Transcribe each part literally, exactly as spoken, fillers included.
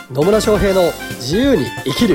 野村翔平の自由に生きる。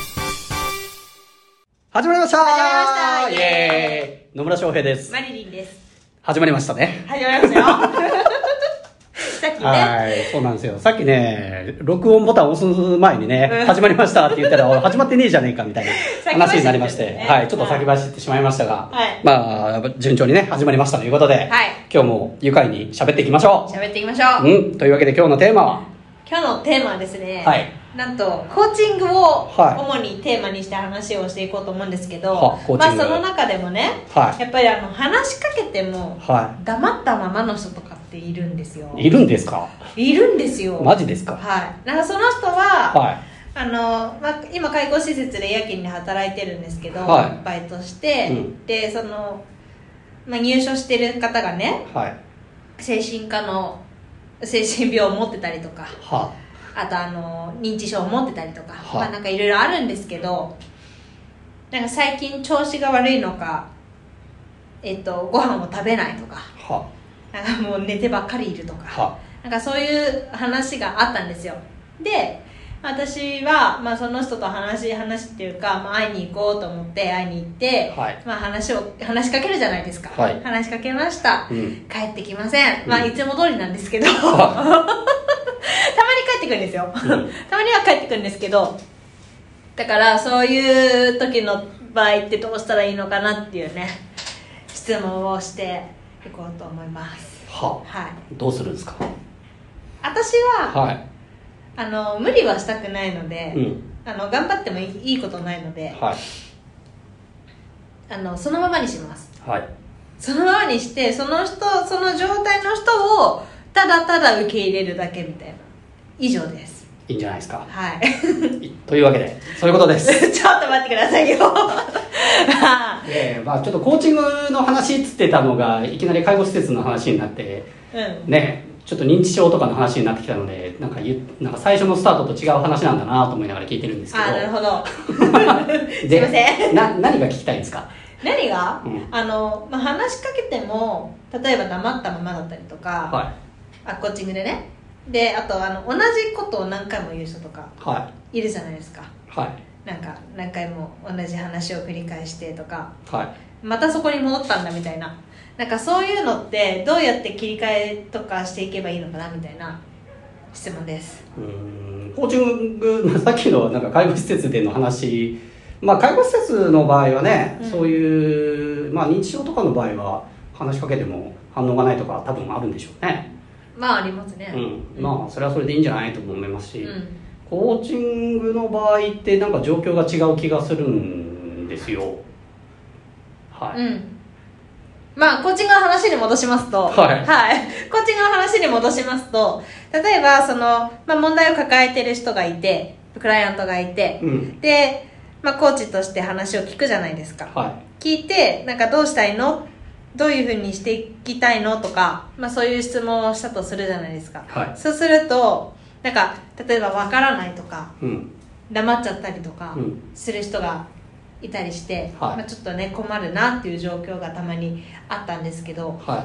始まりました。 始まりました。 イエーイ。野村翔平です。 マリリンです。 始まりましたね。 始まりましたよ。さっきね。 はい、そうなんですよ。さっきね、録音ボタンを押す前にね、 うん始まりましたって言ったら、おい始まってねえじゃねえかみたいな話になりまして、 先走ってねはい、ちょっと先走ってしまいましたが、 はいまあ、順調にね、始まりましたということで、 はい今日も愉快に喋っていきましょ喋っていきましょう。 う。うん、というわけで今日のテーマは、 今日のテーマはですね、 はいなんとコーチングをはい主にテーマにして話をしていこうと思うんですけど、 はコーチングまあその中でもね、 はいやっぱりあの話しかけてもは黙ったままの人とかっているんですよ。 い。いるんですか？ いるんですよ。 マジですか？ はい。なんかその人は、 はあのまあ、今介護施設で夜勤で働いてるんですけど、 はいバイトして、 うんでその、まあ、入所してる方がねい。はい。 精神科の精神病を持ってたりとか、 はあとあの認知症を持ってたりとか、 はまあ、なんかいろいろあるんですけど、なんか最近調子が悪いのか、えっと、ご飯を食べないとか、 はなんかもう寝てばっかりいるとか、 はなんかそういう話があったんですよ。で私は、まあ、その人と話話っていうか、まあ、会いに行こうと思って会いに行って、 はいまあ、話を話しかけるじゃないですか、 はい話しかけました、 うん帰ってきません、まあ、 うんいつも通りなんですけどたまに帰ってくるんですよ、 んたまには帰ってくるんですけど、だからそういう時の場合ってどうしたらいいのかなっていうね質問をしていこうと思います。 ははい、 どうするんですか？ 私は、 はい。 あの無理はしたくないので、 うん。 あの頑張ってもいい、いいことないので、 はい。 あのそのままにします。 はい。 そのままにしてその人その状態の人をただただ受け入れるだけみたいな、以上です。 いいんじゃないですか。 はいいというわけで、そういうことです。 ちょっと待ってくださいよええ、まあちょっとコーチングの話っつってたのがいきなり介護施設の話になってうんね、ちょっと認知症とかの話になってきたので、なんかゆなんか最初のスタートと違う話なんだなと思いながら聞いてるんですけど。 あ、なるほどすいでませんな何が聞きたいんですか？ 何が、 うんあの、まあ、話しかけても例えば黙ったままだったりとか、 はあコーチングでね、であとあの同じことを何回も言う人とかいはいいるじゃないですか。 はいなんか何回も同じ話を繰り返してとか、 はい。 またそこに戻ったんだみたいな、なんかそういうのってどうやって切り替えとかしていけばいいのかなみたいな質問です。 うーんコーチング、さっきのなんか介護施設での話、まあ、介護施設の場合はね、 うんそういう、まあ、認知症とかの場合は話しかけても反応がないとか多分あるんでしょうね、 まあありますね。 うん、まあそれはそれでいいんじゃないと思いますし、 うんコーチングの場合ってなんか状況が違う気がするんですよ。はい、 うん、まあコーチングの話に戻しますと、 はいコーチングの話に戻しますと、例えばその、まあ、問題を抱えてる人がいて、クライアントがいて、 うんで、まあ、コーチとして話を聞くじゃないですか。 は聞いて、なんかどうしたいの、どういうふうにしていきたいのとか、まあ、そういう質問をしたとするじゃないですか、 はいそうするとなんか例えばわからないとかい、うん黙っちゃったりとかうんする人がいたりして、 はいまあ、ちょっとね困るなっていう状況がたまにあったんですけど、 はい、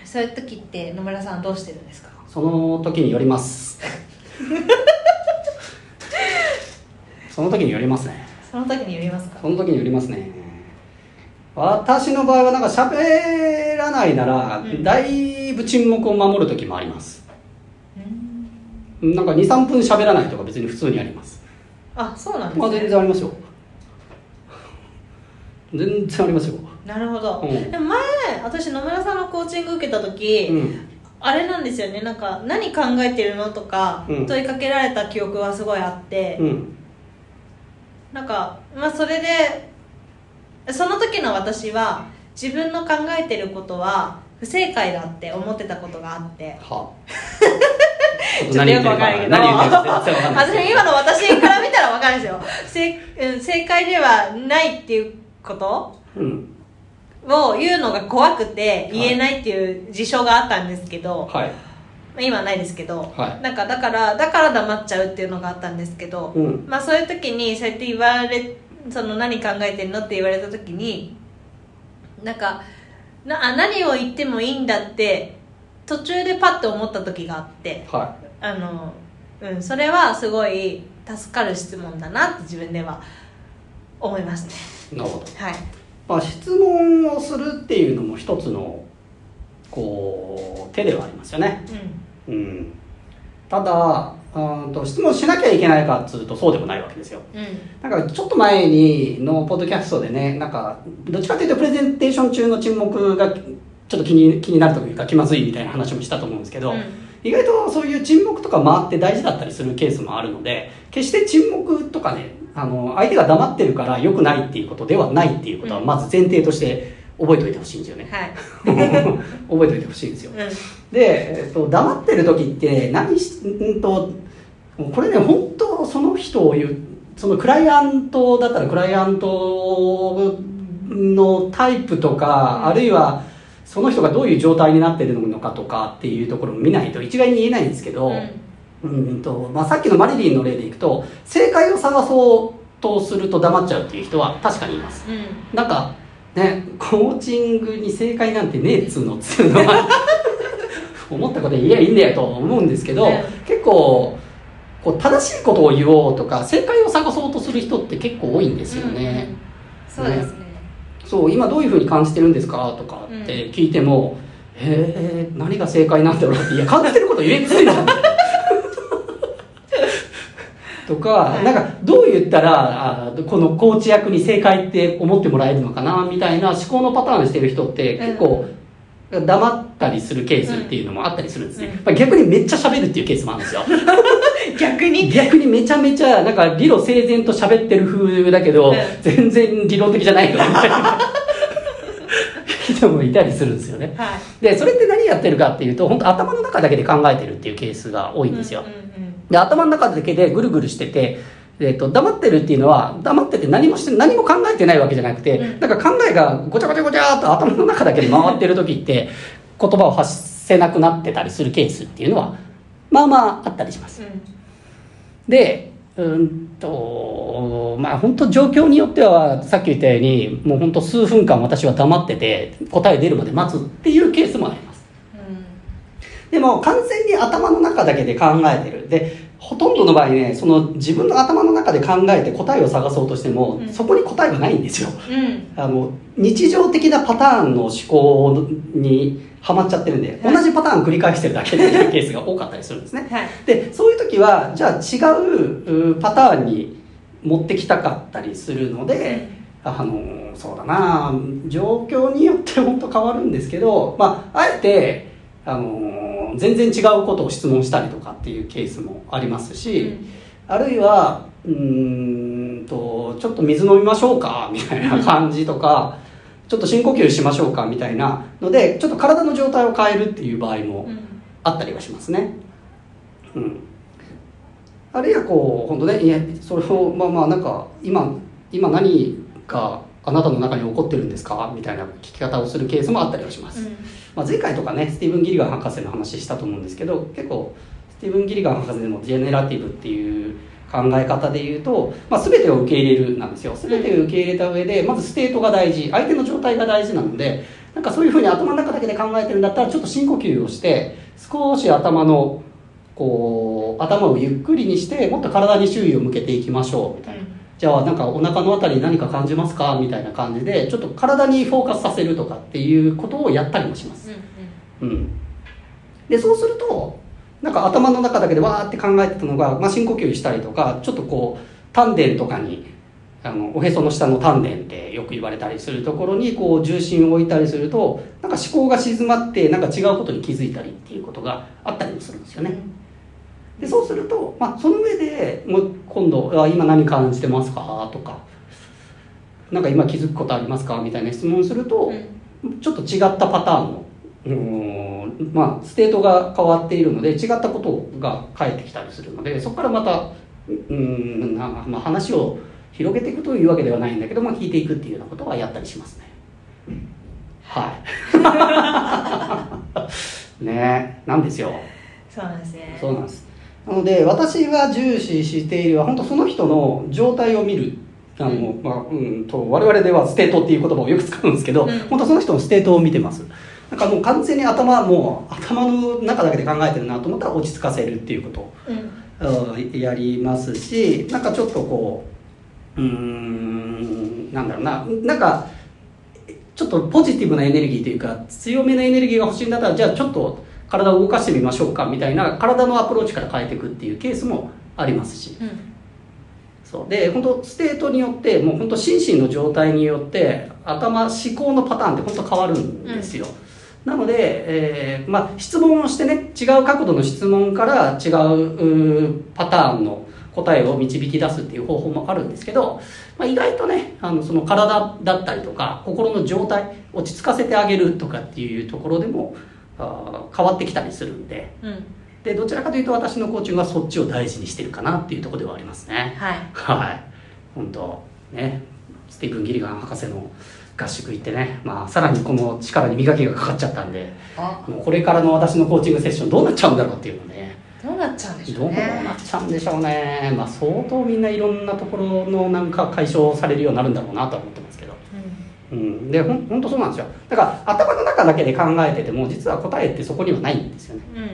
そういう時って野村さんどうしてるんですか？ その時によりますその時によりますねその時によりますか？ その時によりますね。私の場合はなんか喋らないなら、 うんだいぶ沈黙を守る時もあります。 うんなんかにさんぷん喋らないとか別に普通にあります。 あ、そうなんですまあね。 全然ありますよ。全然ありますよ。 なるほど、 うんでも前私野村さんのコーチング受けた時、 うんあれなんですよね、なんか何考えてるのとかうん問いかけられた記憶はすごいあって、 うんなんかまあそれでその時の私は自分の考えてることは不正解だって思ってたことがあって、 はちょっとよくわかんないけど何言ってるか全然わかんない私今の私から見たらわかるんですよ。正うん正解ではないっていうことうんを言うのが怖くて言えないっていう事象があったんですけど、 はいまあ今はないですけど、 はいなんかだからだから黙っちゃうっていうのがあったんですけど、 うんまあそういう時にそうやって言われ、その何考えてんのって言われた時になんかなあ何を言ってもいいんだって途中でパッと思った時があって、 はあのうん、それはすごい助かる質問だなって自分では思いますね。 なるほど、 はい。 まあ、質問をするっていうのも一つのこう手ではありますよね、うんうん、ただうんと質問しなきゃいけないかっつうとそうでもないわけですよ、うん、なんかちょっと前にのポッドキャストでね、なんかどっちかというとプレゼンテーション中の沈黙がちょっと気に、気になるというか気まずいみたいな話もしたと思うんですけど、うん、意外とそういう沈黙とか間って大事だったりするケースもあるので、決して沈黙とかね、あの相手が黙ってるから良くないっていうことではないっていうことはまず前提として覚えておいてほしいんですよね、はい、覚えておいてほしいんですよ、うん、で、えっと、黙ってる時って何しんとこれね、本当その人を言う、そのクライアントだったらクライアントのタイプとか、うん、あるいはその人がどういう状態になっているのかとかっていうところを見ないと一概に言えないんですけど、うんうんとまあ、さっきのマリリンの例でいくと、正解を探そうとすると黙っちゃうっていう人は確かにいます、うん、なんかね、コーチングに正解なんてねえっつうのっつうのは思ったこと言えばいいんだよと思うんですけど、ね、結構こう正しいことを言おうとか正解を探そうとする人って結構多いんですよね、 うんうん、そうですね、 そう、今どういうふうに感じてるんですかとかって聞いても、うん、へえ何が正解なんだろうって、いや感じてること言えっついなとか、はい、なんかどう言ったらあこのコーチ役に正解って思ってもらえるのかなみたいな思考のパターンしてる人って結構黙ったりするケースっていうのもあったりするんですね、うん、逆にめっちゃ喋るっていうケースもあるんですよ逆に逆にめちゃめちゃなんか理路整然と喋ってる風だけど、うん、全然理論的じゃないよみたいな人もいたりするんですよね、はい、でそれって何やってるかっていうと、本当頭の中だけで考えてるっていうケースが多いんですよ、うんうんうん、で頭の中だけでぐるぐるしてて、えー、と黙ってるっていうのは黙ってて何もして何も考えてないわけじゃなくて、うん、なんか考えがごちゃごちゃごちゃっと頭の中だけで回ってる時って言葉を発せなくなってたりするケースっていうのはまあまああったりします、うん、でうんとまあ本当状況によってはさっき言ったようにもう本当数分間私は黙ってて答え出るまで待つっていうケースもあります、うん、でも完全に頭の中だけで考えてる。でほとんどの場合ね、その自分の頭の中で考えて答えを探そうとしても、うん、そこに答えがないんですよ、うん、あの日常的なパターンの思考にハマっちゃってるんで、はい、同じパターン繰り返してるだけっていうケースが多かったりするんですね、はい、でそういう時はじゃあ違うパターンに持ってきたかったりするので、うん、あのそうだな状況によって本当変わるんですけど、まあ、あえてあの全然違うことを質問したりとかっていうケースもありますし、うん、あるいはうーんとちょっと水飲みましょうかみたいな感じとか、うん、ちょっと深呼吸しましょうかみたいなのでちょっと体の状態を変えるっていう場合もあったりはしますね、うん、あるいはこう本当ね、いやそれをまあまあなんか今今何があなたの中に起こってるんですかみたいな聞き方をするケースもあったりはします、うん、まあ、前回とかねスティーブン・ギリガン博士の話したと思うんですけど、結構スティーブン・ギリガン博士でもジェネラティブっていう考え方でいうと、まあ、全てを受け入れるなんですよ。全てを受け入れた上でまずステートが大事、相手の状態が大事なので、なんかそういうふうに頭の中だけで考えてるんだったらちょっと深呼吸をして少し頭のこう頭をゆっくりにしてもっと体に注意を向けていきましょうみたいな、うん、じゃあなんかお腹のあたりに何か感じますかみたいな感じでちょっと体にフォーカスさせるとかっていうことをやったりもします、うんうんうん、でそうするとなんか頭の中だけでわーって考えてたのが、まあ、深呼吸したりとかちょっとこう丹田とかにあのおへその下の丹田ってよく言われたりするところにこう重心を置いたりするとなんか思考が静まってなんか違うことに気づいたりっていうことがあったりもするんですよね。でそうすると、まあ、その上でもう今度あ今何感じてますかとかなんか今気づくことありますかみたいな質問をすると、うん、ちょっと違ったパターンのうーん、まあ、ステートが変わっているので違ったことが返ってきたりするのでそこからまたうーんな、まあ、話を広げていくというわけではないんだけど、まあ、聞いていくっていうようなことはやったりしますね。はいねえなんですよ。 そうなんですね。 そうなんです。なので私が重視しているのは本当その人の状態を見るあの、うんまあうん、と我々ではステートっていう言葉をよく使うんですけど、うん、本当その人のステートを見てます。なんかもう完全に頭もう頭の中だけで考えてるなと思ったら落ち着かせるっていうこと、うん、 やりますし、なんかちょっとこううーんなんだろうな、なんかちょっとポジティブなエネルギーというか強めのエネルギーが欲しいんだったら、じゃあちょっと体を動かしてみましょうかみたいな体のアプローチから変えていくっていうケースもありますし、うん、そうで本当ステートによってもう本当心身の状態によって頭思考のパターンって本当変わるんですよ、うん、なので、えーまあ、質問をしてね、違う角度の質問から違うパターンの答えを導き出すっていう方法もあるんですけど、まあ、意外とねあのその体だったりとか心の状態落ち着かせてあげるとかっていうところでもあ変わってきたりするんで、うん、でどちらかというと私のコーチングはそっちを大事にしてるかなっていうところではありますね。 はい、 はい、本当ね、スティーブン・ギリガン博士の合宿行ってね、まあ、さらにこの力に磨きがかかっちゃったんで、もうこれからの私のコーチングセッションどうなっちゃうんだろうっていうのね、 どうなっちゃうんでしょうね。 どうなっちゃうんでしょうね。まあ、相当みんないろんなところのなんか解消されるようになるんだろうなとは思ってますけど、うん、うん、でほん本当そうなんですよ。だから頭の中だけで考えてても実は答えってそこにはないんですよね。うんうん、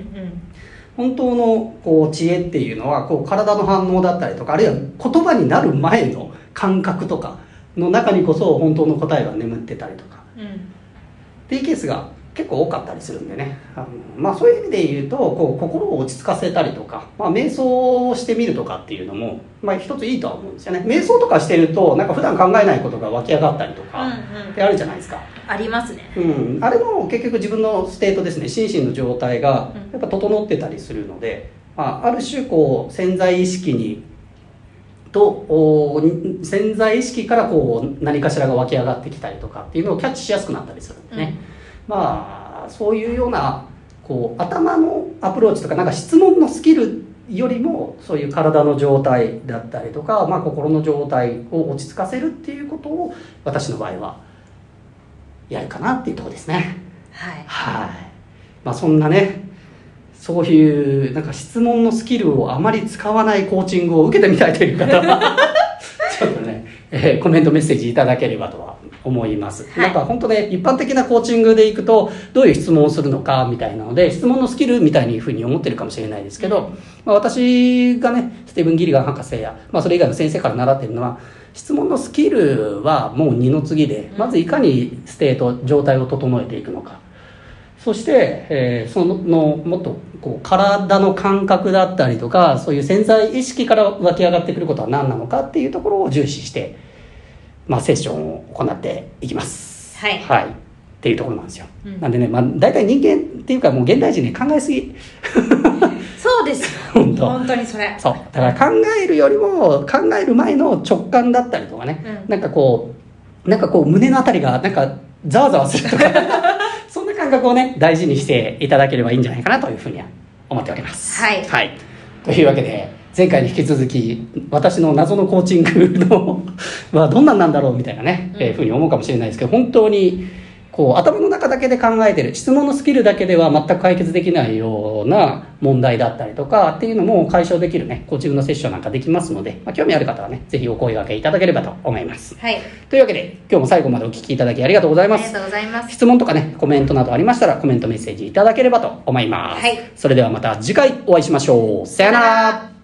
本当のこう知恵っていうのはこう体の反応だったりとか、あるいは言葉になる前の感覚とかの中にこそ本当の答えが眠ってたりとか、うん、っていうケースが結構多かったりするんでね、あの、まあ、そういう意味で言うとこう心を落ち着かせたりとか、まあ、瞑想をしてみるとかっていうのも、まあ、一ついいとは思うんですよね。瞑想とかしてるとなんか普段考えないことが湧き上がったりとかってあるじゃないですか、 うんうん、ありますね、 うん、あれも結局自分のステートですね、心身の状態がやっぱ整ってたりするので、まあ、ある種こう潜在意識にと潜在意識からこう何かしらが湧き上がってきたりとかっていうのをキャッチしやすくなったりするんでね、うん、まあそういうようなこう頭のアプローチとかなんか質問のスキルよりもそういう体の状態だったりとか、まあ、心の状態を落ち着かせるっていうことを私の場合はやるかなっていうところですね。 はい、 はい、まあ、そんなねそういうなんか質問のスキルをあまり使わないコーチングを受けてみたいという方はちょっとね、えー、コメントメッセージいただければとは思います、はい、なんか本当ね一般的なコーチングでいくとどういう質問をするのかみたいなので質問のスキルみたいにいうふうに思ってるかもしれないですけど、まあ、私がねスティーブン・ギリガン博士や、まあ、それ以外の先生から習ってるのは質問のスキルはもう二の次で、まずいかにステート状態を整えていくのか、そして、えー、そのもっとこう体の感覚だったりとかそういう潜在意識から湧き上がってくることは何なのかっていうところを重視して、まあ、セッションを行っていきます。 はい、 はい、っていうところなんですよ、うん、なんでね、まあ、大体人間っていうかもう現代人ね考えすぎそうですよ本当本当にそれそうだから考えるよりも考える前の直感だったりとかね、うん、なんかこうなんかこう胸のあたりがなんかざわざわするとかそんな感覚をね大事にしていただければいいんじゃないかなというふうには思っております。 はい、 はい、というわけで前回に引き続き私の謎のコーチングのはどんなんなんだろうみたいなね、うん、えー、ふうに思うかもしれないですけど、本当にこう頭の中だけで考えてる質問のスキルだけでは全く解決できないような問題だったりとかっていうのも解消できるねコーチングのセッションなんかできますので、まあ、興味ある方はねぜひお声掛けいただければと思います。 はい、 というわけで今日も最後までお聞きいただきありがとうございます。 ありがとうございます。 質問とかねコメントなどありましたらコメントメッセージいただければと思います。 はい、 それではまた次回お会いしましょう。さよなら。